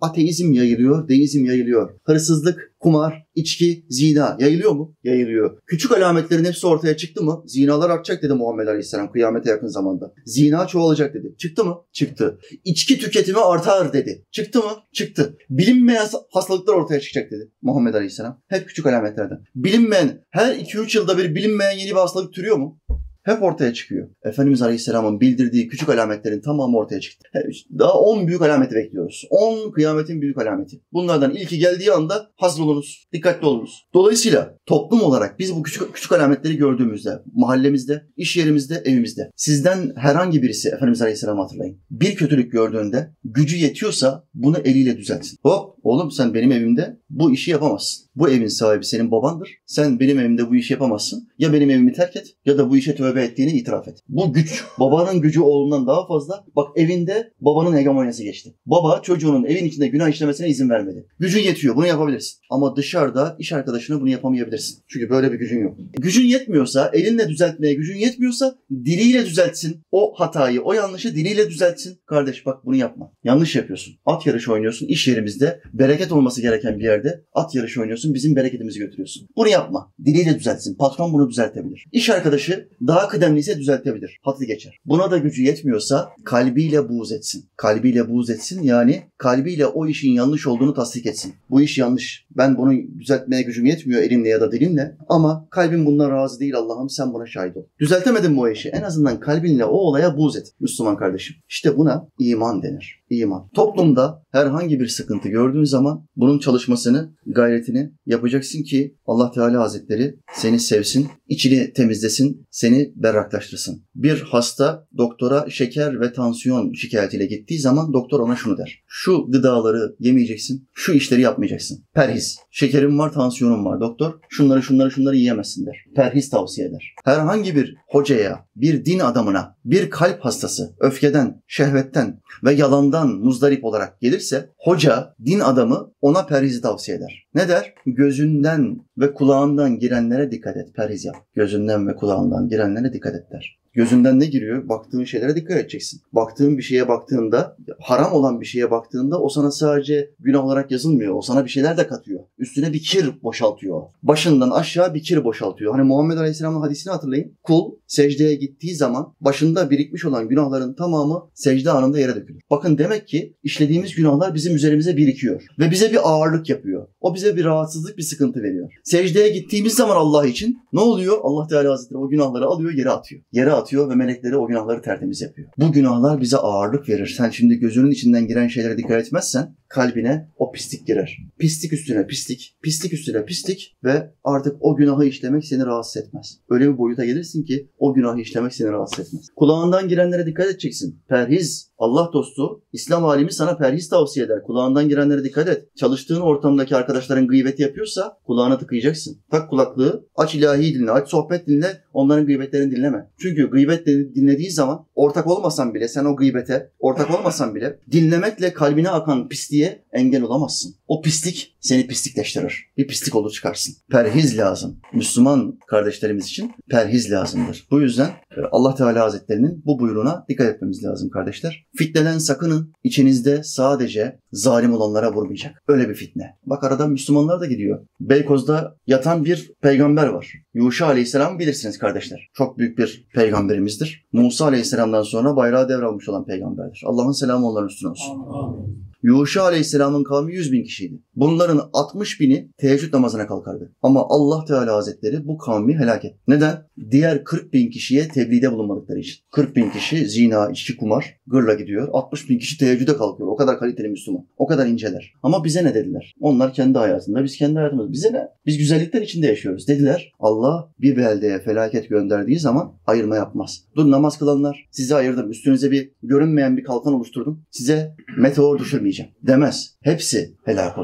ateizm yayılıyor, deizm yayılıyor. Hırsızlık, kumar, içki, zina yayılıyor mu? Yayılıyor. Küçük alametlerin hepsi ortaya çıktı mı? Zinalar artacak dedi Muhammed Aleyhisselam kıyamete yakın zamanda. Zina çoğalacak dedi. Çıktı mı? Çıktı. İçki tüketimi artar dedi. Çıktı mı? Çıktı. Bilinmeyen hastalıklar ortaya çıkacak dedi Muhammed Aleyhisselam. Hep küçük alametlerden. Bilinmeyen, her 2-3 yılda bir bilinmeyen yeni bir hastalık türüyor mu? Hep ortaya çıkıyor. Efendimiz Aleyhisselam'ın bildirdiği küçük alametlerin tamamı ortaya çıktı. Daha 10 büyük alameti bekliyoruz. 10 kıyametin büyük alameti. Bunlardan ilki geldiği anda hazır olunuz, dikkatli olunuz. Dolayısıyla toplum olarak biz bu küçük alametleri gördüğümüzde, mahallemizde, iş yerimizde, evimizde, sizden herhangi birisi, Efendimiz Aleyhisselam'ı hatırlayın, bir kötülük gördüğünde gücü yetiyorsa bunu eliyle düzeltsin. Hop, oğlum sen benim evimde bu işi yapamazsın. Bu evin sahibi senin babandır. Sen benim evimde bu işi yapamazsın. Ya benim evimi terk et ya da bu işe tövbe ettiğini itiraf et. Bu güç, babanın gücü oğlundan daha fazla. Bak evinde babanın hegemonyası geçti. Baba çocuğunun evin içinde günah işlemesine izin vermedi. Gücün yetiyor, bunu yapabilirsin. Ama dışarıda iş arkadaşına bunu yapamayabilirsin. Çünkü böyle bir gücün yok. Gücün yetmiyorsa, elinle düzeltmeye gücün yetmiyorsa diliyle düzeltsin. O hatayı, o yanlışı diliyle düzeltsin. Kardeş bak bunu yapma. Yanlış yapıyorsun. At yarışı oynuyorsun iş yerimizde. Bereket olması gereken bir yerde at yarışı oynuyorsun. Bizim bereketimizi götürüyorsun. Bunu yapma. Diliyle düzeltsin. Patron bunu düzeltebilir. İş arkadaşı daha kıdemliyse düzeltebilir. Hatı geçer. Buna da gücü yetmiyorsa kalbiyle buğz etsin. Kalbiyle buğz etsin yani kalbiyle o işin yanlış olduğunu tasdik etsin. Bu iş yanlış. Ben bunu düzeltmeye gücüm yetmiyor elimle ya da dilimle ama kalbim bundan razı değil Allah'ım sen buna şahit ol. Düzeltemedin bu işi. En azından kalbinle o olaya buğz et Müslüman kardeşim. İşte buna iman denir. İman. Toplumda herhangi bir sıkıntı gördüğün zaman bunun çalışmasını, gayretini yapacaksın ki Allah Teala Hazretleri seni sevsin, içini temizlesin, seni berraklaştırsın. Bir hasta doktora şeker ve tansiyon şikayetiyle gittiği zaman doktor ona şunu der. Şu gıdaları yemeyeceksin, şu işleri yapmayacaksın. Perhiz. Şekerim var, tansiyonum var. Doktor şunları yiyemezsin der. Perhiz tavsiye eder. Herhangi bir hocaya, bir din adamına, bir kalp hastası öfkeden, şehvetten ve yalandan muzdarip olarak gelirse hoca, din adamı ona perhizi tavsiye eder. Ne der? Gözünden ve kulağından girenlere dikkat et. Perhiz yap. Gözünden ve kulağından girenlere dikkat et der. Gözünden ne giriyor? Baktığın şeylere dikkat edeceksin. Baktığın bir şeye baktığında, haram olan bir şeye baktığında o sana sadece günah olarak yazılmıyor. O sana bir şeyler de katıyor. Üstüne bir kir boşaltıyor. Başından aşağı bir kir boşaltıyor. Hani Muhammed Aleyhisselam'ın hadisini hatırlayın. Kul secdeye gittiği zaman başında birikmiş olan günahların tamamı secde anında yere dökülür. Bakın demek ki işlediğimiz günahlar bizim üzerimize birikiyor. Ve bize bir ağırlık yapıyor. O bize bir rahatsızlık, bir sıkıntı veriyor. Secdeye gittiğimiz zaman Allah için ne oluyor? Allah Teala Hazretleri o günahları alıyor, yere atıyor. Yere atıyor ve melekleri o günahları tertemiz yapıyor. Bu günahlar bize ağırlık verir. Sen şimdi gözünün içinden giren şeylere dikkat etmezsen kalbine o pislik girer. Pislik üstüne pislik, pislik üstüne pislik ve artık o günahı işlemek seni rahatsız etmez. Öyle bir boyuta gelirsin ki o günahı işlemek seni rahatsız etmez. Kulağından girenlere dikkat edeceksin. Perhiz, Allah dostu, İslam alimi sana perhiz tavsiye eder. Kulağından girenlere dikkat et. Çalıştığın ortamdaki arkadaşların gıybeti yapıyorsa kulağına tıkayacaksın. Tak kulaklığı, aç ilahi dinle, aç sohbet dinle, onların gıybetlerini dinleme. Çünkü gıybet dinlediği zaman ortak olmasan bile, sen o gıybete ortak olmasan bile dinlemekle kalbine akan pisliğe engel olamazsın. O pislik seni pislikleştirir. Bir pislik olur çıkarsın. Perhiz lazım. Müslüman kardeşlerimiz için perhiz lazımdır. Bu yüzden Allah Teala Hazretlerinin bu buyruğuna dikkat etmemiz lazım kardeşler. Fitneden sakının. İçinizde sadece zalim olanlara vurmayacak. Öyle bir fitne. Bak arada Müslümanlar da gidiyor. Beykoz'da yatan bir peygamber var. Yuşa Aleyhisselam bilirsiniz kardeşler. Çok büyük bir peygamberimizdir. Musa Aleyhisselam'dan sonra bayrağı devralmış olan peygamberdir. Allah'ın selamı onların üstüne olsun. Amin. Yuşa Aleyhisselam'ın kavmi 100.000 kişiydi. Bunların 60.000'i teheccüd namazına kalkardı. Ama Allah Teala Hazretleri bu kavmi helak etti. Neden? Diğer 40.000 kişiye tebliğde bulunmadıkları için. 40.000 kişi zina, içki, kumar, gırla gidiyor. 60.000 kişi teheccüde kalkıyor. O kadar kaliteli Müslüman. O kadar inceler. Ama bize ne dediler? Onlar kendi hayatında, biz kendi hayatımız. Bize ne? Biz güzellikler içinde yaşıyoruz. Dediler Allah bir beldeye felaket gönderdiği zaman ayırma yapmaz. Dur namaz kılanlar sizi ayırdım. Üstünüze bir görünmeyen bir kalkan oluşturdum. Size meteor düşürmeyeceğim demez. Hepsi helak olur.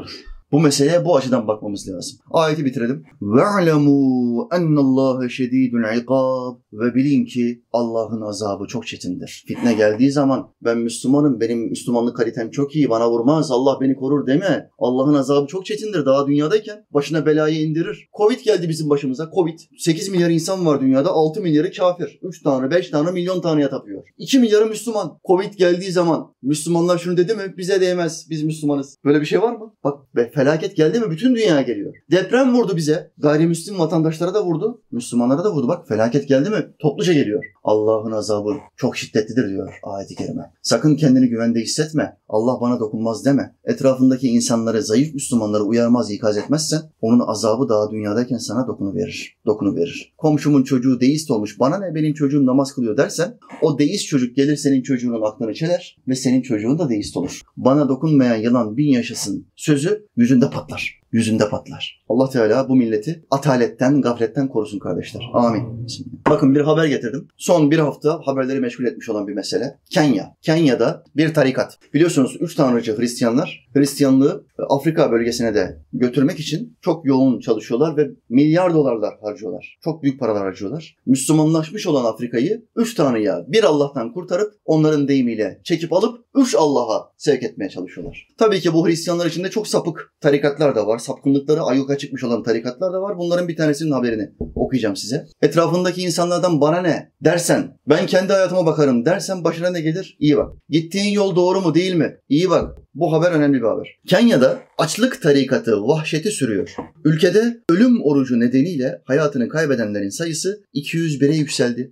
Bu meseleye bu açıdan bakmamız lazım. Ayeti bitirelim. وَعْلَمُوا اَنَّ اللّٰهَ شَد۪يدُ الْعِقَابِ Ve bilin ki Allah'ın azabı çok çetindir. Fitne geldiği zaman ben Müslümanım, benim Müslümanlık kalitem çok iyi, bana vurmaz, Allah beni korur deme. Allah'ın azabı çok çetindir. Daha dünyadayken başına belayı indirir. Covid geldi bizim başımıza. Covid. 8 milyar insan var dünyada. 6 milyarı kafir. 3 tanrı, 5 tanrı, milyon tanrıya tapıyor. 2 milyarı Müslüman. Covid geldiği zaman Müslümanlar şunu dedi mi? Bize değmez. Biz Müslümanız. Böyle bir şey var mı? Bak felaket geldi mi bütün dünya geliyor. Deprem vurdu bize. Gayrimüslim vatandaşlara da vurdu. Müslümanlara da vurdu. Bak felaket geldi mi? Topluca geliyor. Allah'ın azabı çok şiddetlidir diyor ayet-i kerime. Sakın kendini güvende hissetme. Allah bana dokunmaz deme. Etrafındaki insanları, zayıf Müslümanları uyarmaz, ikaz etmezsen onun azabı daha dünyadayken sana dokunuverir. Komşumun çocuğu deist olmuş. Bana ne, benim çocuğum namaz kılıyor dersen o deist çocuk gelir senin çocuğunun aklını çeler ve senin çocuğun da deist olur. Bana dokunmayan yılan bin yaşasın sözü yüzünde patlar. Allah Teala bu milleti ataletten, gafletten korusun kardeşler. Amin. Bakın bir haber getirdim. Son bir hafta haberleri meşgul etmiş olan bir mesele. Kenya'da bir tarikat. Biliyorsunuz 3 tanrıcı Hristiyanlar Hristiyanlığı Afrika bölgesine de götürmek için çok yoğun çalışıyorlar ve milyar dolarlar harcıyorlar. Çok büyük paralar harcıyorlar. Müslümanlaşmış olan Afrika'yı 3 tanrıya, bir Allah'tan kurtarıp onların deyimiyle çekip alıp 3 Allah'a sevk etmeye çalışıyorlar. Tabii ki bu Hristiyanlar içinde çok sapık tarikatlar da var. Sapkınlıkları ayyuka çıkmış olan tarikatlar da var. Bunların bir tanesinin haberini okuyacağım size. Etrafındaki insanlardan bana ne dersen, ben kendi hayatıma bakarım dersen başına ne gelir? İyi bak. Gittiğin yol doğru mu değil mi? İyi bak. Bu haber önemli bir haber. Kenya'da açlık tarikatı vahşeti sürüyor. Ülkede ölüm orucu nedeniyle hayatını kaybedenlerin sayısı 201'e yükseldi.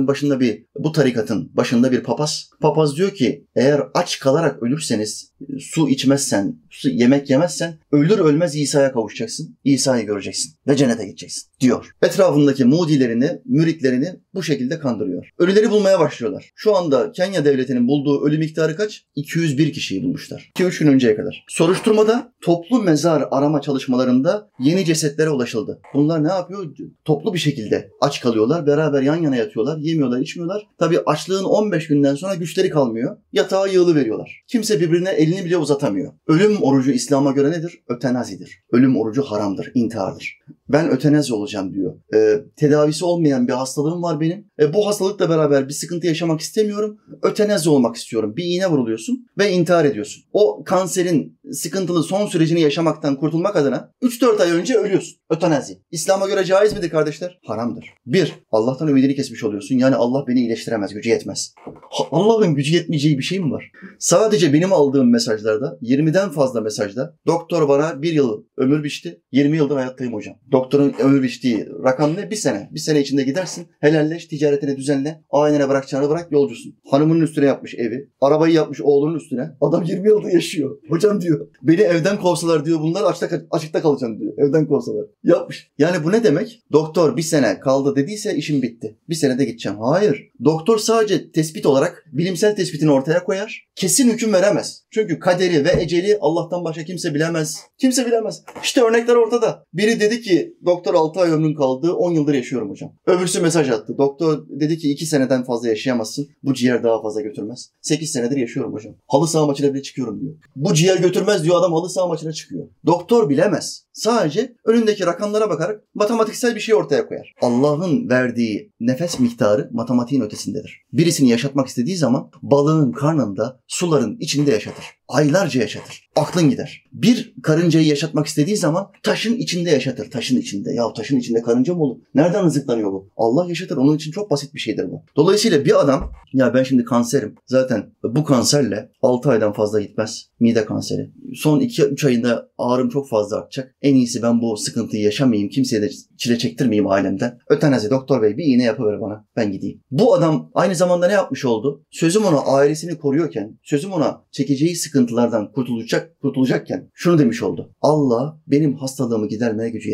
Bu tarikatın başında bir papaz. Papaz diyor ki eğer aç kalarak ölürseniz, su içmezsen, yemek yemezsen ölür ölmez İsa'ya kavuşacaksın. İsa'yı göreceksin ve cennete gideceksin diyor. Etrafındaki mudilerini, müritlerini bu şekilde kandırıyor. Ölüleri bulmaya başlıyorlar. Şu anda Kenya devletinin bulduğu ölü miktarı kaç? 201 kişiyi bulmuşlar. 2-3 gün önceye kadar. Soruşturmada toplu mezar arama çalışmalarında yeni cesetlere ulaşıldı. Bunlar ne yapıyor? Toplu bir şekilde aç kalıyorlar. Beraber yan yana yatıyorlar. Yemiyorlar, içmiyorlar. Tabii açlığın 15 günden sonra güçleri kalmıyor. Yatağa yığılıveriyorlar. Kimse birbirine elini bile uzatamıyor. Ölüm orucu İslam'a göre nedir? Ötenazidir. Ölüm orucu haramdır, intihardır. Ben ötenazi olacağım diyor. Tedavisi olmayan bir hastalığım var benim. Bu hastalıkla beraber bir sıkıntı yaşamak istemiyorum. Ötenazi olmak istiyorum. Bir iğne vuruluyorsun ve intihar ediyorsun. O kanserin sıkıntılı son sürecini yaşamaktan kurtulmak adına 3-4 ay önce ölüyorsun. Ötenazi. İslam'a göre caiz midir kardeşler? Haramdır. 1. Allah'tan ümidini kesmiş oluyorsun. Yani Allah beni iyileştiremez, gücü yetmez. Allah'ın gücü yetmeyeceği bir şey mi var? Sadece benim aldığım mesajlarda, 20'den fazla mesajda doktor bana 1 yıl ömür biçti. 20 yıldır hayattayım hocam. Doktorun ömür biçtiği rakam ne? 1 sene. 1 sene içinde gidersin, helalleş, ticaretini düzenle, ailene bırakacağını bırak, yolcusun. Hanımının üstüne yapmış evi, arabayı yapmış oğlunun üstüne. Adam 20 yıldır yaşıyor. Hocam diyor, beni evden kovsalar diyor, bunlar açıkta kalacağım diyor. Evden kovsalar. Yapmış. Yani bu ne demek? Doktor 1 sene kaldı dediyse işim bitti. 1 senede gideceğim. Hayır. Doktor sadece tespit olarak bilimsel tespitini ortaya koyar. Kesin hüküm veremez. Çünkü kaderi ve eceli Allah'tan başka kimse bilemez. Kimse bilemez. İşte örnekler ortada. Biri dedi ki doktor 6 ay ömrün kaldı, 10 yıldır yaşıyorum hocam. Öbürsü mesaj attı. Doktor dedi ki 2 seneden fazla yaşayamazsın. Bu ciğer daha fazla götürmez. 8 senedir yaşıyorum hocam. Halı saha maçına bile çıkıyorum diyor. Bu ciğer götürmez diyor, adam halı saha maçına çıkıyor. Doktor bilemez. Sadece önündeki rakamlara bakarak matematiksel bir şey ortaya koyar. Allah'ın verdiği nefes miktarı matematiğin ötesindedir. Birisini yaşatmak istediği zaman balığın karnında, suların içinde yaşatır. Aylarca yaşatır. Aklın gider. Bir karıncayı yaşatmak istediği zaman taşın içinde yaşatır. Taşın içinde. Ya taşın içinde karınca mı olur? Nereden rızıklanıyor bu? Allah yaşatır. Onun için çok basit bir şeydir bu. Dolayısıyla bir adam, ya ben şimdi kanserim. Zaten bu kanserle 6 aydan fazla gitmez. Mide kanseri. Son 2-3 ayında ağrım çok fazla artacak. En iyisi ben bu sıkıntıyı yaşamayayım. Kimseye de çile çektirmeyeyim ailemden. Ötenazi, doktor bey bir iğne yapıver bana. Ben gideyim. Bu adam aynı zamanda ne yapmış oldu? Sözüm ona ailesini koruyorken, sözüm ona çekeceği sıkıntılardan kurtulacakken şunu demiş oldu. Allah benim hastalığımı gidermeye gücü yetmez.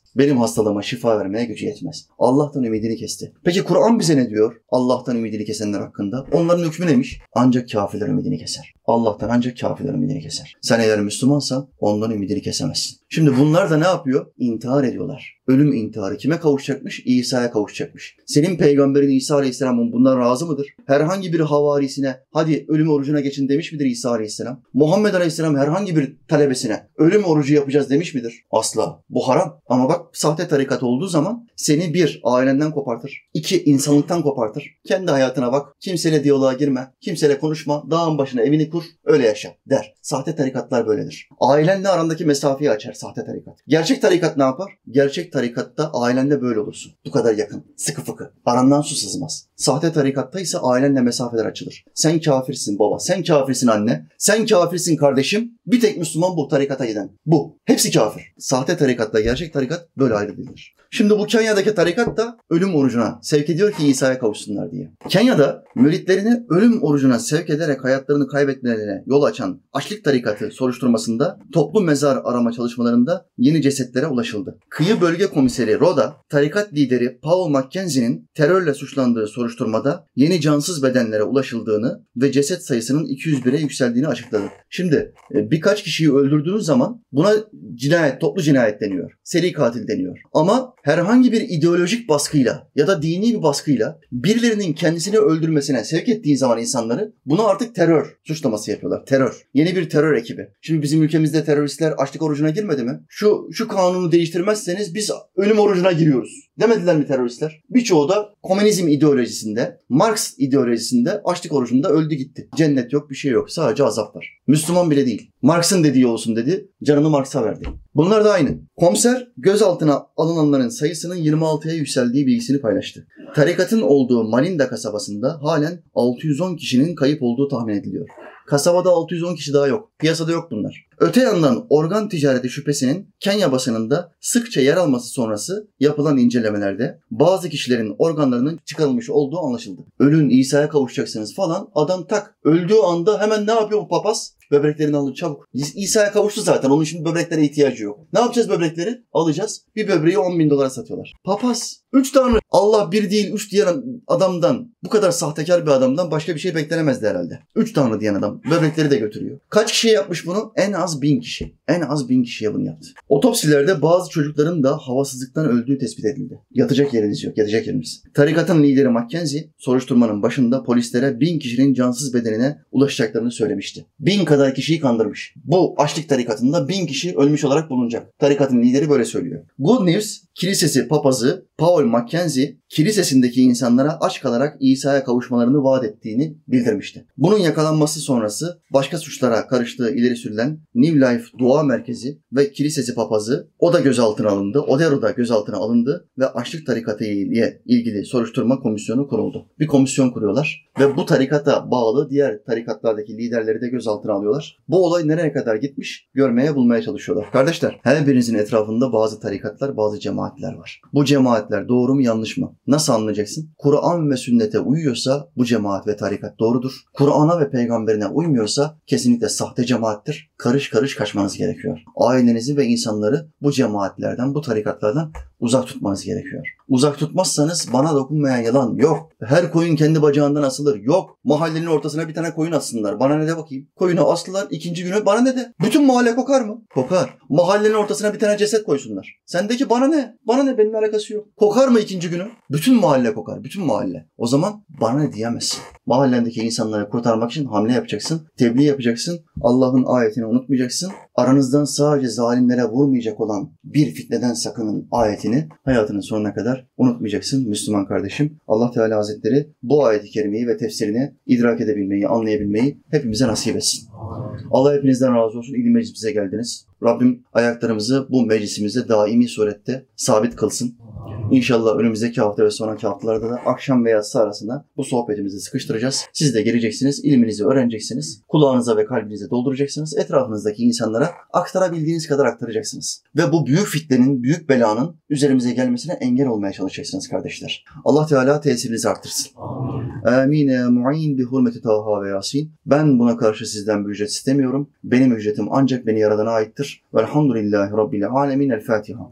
Benim hastalığıma şifa vermeye gücü yetmez. Allah'tan ümidini kesti. Peki Kur'an bize ne diyor? Allah'tan ümidini kesenler hakkında. Onların hükmü neymiş? Ancak kafirler ümidini keser. Allah'tan ancak kafirler ümidini keser. Sen eğer Müslümansan ondan ümidini kesemezsin. Şimdi bunlar da ne yapıyor? İntihar ediyorlar. Ölüm intiharı kime kavuşacakmış? İsa'ya kavuşacakmış. Senin peygamberin İsa Aleyhisselam'ın bundan razı mıdır? Herhangi bir havarisine hadi ölüm orucuna geçin demiş midir İsa Aleyhisselam? Muhammed Aleyhisselam herhangi bir talebesine ölüm orucu yapacağız demiş midir? Asla. Bu haram. Ama bak sahte tarikat olduğu zaman seni bir, ailenden kopartır. İki, insanlıktan kopartır. Kendi hayatına bak. Kimseyle diyaloğa girme. Kimseyle konuşma. Dağın başına evini kur. Öyle yaşa der. Sahte tarikatlar böyledir. Ailenle arandaki mesafeyi açar sahte tarikat. Gerçek tarikat ne yapar? Gerçek tarikatta ailenle böyle olursun. Bu kadar yakın. Sıkı fıkı. Arandan su sızmaz. Sahte tarikatta ise ailenle mesafeler açılır. Sen kafirsin baba. Sen kafirsin anne. Sen kafirsin kardeşim. Bir tek Müslüman bu tarikata giden. Bu. Hepsi kafir. Sahte tarikatla gerçek tarikat böyle ayrı değildir. Şimdi bu Kenya'daki tarikat da ölüm orucuna sevk ediyor ki İsa'ya kavuşsunlar diye. Kenya'da müritlerini ölüm orucuna sevk ederek hayatlarını kaybetmelerine yol açan Açlık Tarikatı soruşturmasında toplu mezar arama çalışmalarında yeni cesetlere ulaşıldı. Kıyı Bölge Komiseri Roda, tarikat lideri Paul Mackenzie'nin terörle suçlandığı soruşturmada yeni cansız bedenlere ulaşıldığını ve ceset sayısının 201'e yükseldiğini açıkladı. Şimdi birkaç kişiyi öldürdüğünüz zaman buna cinayet, toplu cinayet deniyor. Seri katil deniyor. Ama herhangi bir ideolojik baskıyla ya da dini bir baskıyla birilerinin kendisini öldürmesine sevk ettiği zaman insanları buna artık terör suçlaması yapıyorlar. Terör. Yeni bir terör ekibi. Şimdi bizim ülkemizde teröristler açlık orucuna girmedi mi? Şu kanunu değiştirmezseniz biz ölüm orucuna giriyoruz. Demediler mi teröristler? Birçoğu da komünizm ideolojisinde, Marx ideolojisinde açlık orucunda öldü gitti. Cennet yok, bir şey yok. Sadece azap var. Müslüman bile değil. Marx'ın dediği olsun dedi. Canını Marx'a verdi. Bunlar da aynı. Komiser gözaltına alınanların sayısının 26'ya yükseldiği bilgisini paylaştı. Tarikatın olduğu Malinda kasabasında halen 610 kişinin kayıp olduğu tahmin ediliyor. Kasabada 610 kişi daha yok. Piyasada yok bunlar. Öte yandan organ ticareti şüphesinin Kenya basınında sıkça yer alması sonrası yapılan incelemelerde bazı kişilerin organlarının çıkarılmış olduğu anlaşıldı. Ölün İsa'ya kavuşacaksınız falan. Adam tak öldüğü anda hemen ne yapıyor bu papaz? Böbreklerini alın çabuk. İsa'ya kavuştu zaten. Onun şimdi böbreklere ihtiyacı yok. Ne yapacağız böbrekleri? Alacağız. Bir böbreği 10.000 dolara satıyorlar. Papaz. 3 tanrı. Allah bir değil 3 diyen adamdan, bu kadar sahtekar bir adamdan başka bir şey beklenemezdi herhalde. 3 tanrı diyen adam böbrekleri de götürüyor. Kaç kişiye yapmış bunu? En az 1000 kişi. En az 1000 kişiye bunu yaptı. Otopsilerde bazı çocukların da havasızlıktan öldüğü tespit edildi. Yatacak yeriniz yok. Yatacak yeriniz. Tarikatın lideri Mackenzie soruşturmanın başında polislere 1000 kişinin cansız bedenine ulaşacaklarını söylemişti. 1000 kadar kişiyi kandırmış. Bu açlık tarikatında 1000 kişi ölmüş olarak bulunacak. Tarikatın lideri böyle söylüyor. Good News Kilisesi papazı Paul Mackenzie kilisesindeki insanlara aç kalarak İsa'ya kavuşmalarını vaat ettiğini bildirmişti. Bunun yakalanması sonrası başka suçlara karıştığı ileri sürülen New Life Dua Merkezi ve kilisesi papazı o da gözaltına alındı. Odero da gözaltına alındı ve açlık tarikatı ile ilgili soruşturma komisyonu kuruldu. Bir komisyon kuruyorlar ve bu tarikata bağlı diğer tarikatlardaki liderleri de gözaltına alıyorlar. Bu olay nereye kadar gitmiş görmeye bulmaya çalışıyorlar. Kardeşler, her birinizin etrafında bazı tarikatlar, bazı cemaatler var. Bu cemaatler doğru mu yanlış mı? Nasıl anlayacaksın? Kur'an ve sünnete uyuyorsa bu cemaat ve tarikat doğrudur. Kur'an'a ve peygamberine uymuyorsa kesinlikle sahte cemaattir. Karış karış kaçmanız gerekiyor. Ailenizi ve insanları bu cemaatlerden, bu tarikatlardan uzak tutmanız gerekiyor. Uzak tutmazsanız bana dokunmayan yalan yok. Her koyun kendi bacağından asılır. Yok. Mahallenin ortasına bir tane koyun assınlar. Bana ne de bakayım. Koyunu astılar. İkinci günü bana ne de. Bütün mahalle kokar mı? Kokar. Mahallenin ortasına bir tane ceset koysunlar. Sendeki bana ne? Bana ne? Benimle alakası yok. Kokar mı ikinci günü? Bütün mahalle kokar. Bütün mahalle. O zaman bana ne diyemezsin. Mahallendeki insanları kurtarmak için hamle yapacaksın. Tebliğ yapacaksın. Allah'ın ayetini unutmayacaksın. Aranızdan sadece zalimlere vurmayacak olan bir fitneden sakının ayetini hayatının sonuna kadar unutmayacaksın Müslüman kardeşim. Allah Teala Hazretleri bu ayet-i kerimeyi ve tefsirini idrak edebilmeyi, anlayabilmeyi hepimize nasip etsin. Allah hepinizden razı olsun. İlim meclisimize geldiniz. Rabbim ayaklarımızı bu meclisimizde daimi surette sabit kılsın. İnşallah önümüzdeki hafta ve sonraki haftalarda da akşam ve yatsı arasında bu sohbetimizi sıkıştıracağız. Siz de geleceksiniz, ilminizi öğreneceksiniz, kulağınıza ve kalbinize dolduracaksınız, etrafınızdaki insanlara aktarabildiğiniz kadar aktaracaksınız. Ve bu büyük fitnenin, büyük belanın üzerimize gelmesine engel olmaya çalışacaksınız kardeşler. Allah Teala tesirinizi artırsın. Amin ya mu'in bi hurmeti Taha ve Yasin. Ben buna karşı sizden bir ücret istemiyorum. Benim ücretim ancak beni yaradana aittir. Velhamdülillahi Rabbil alemin. El Fatiha.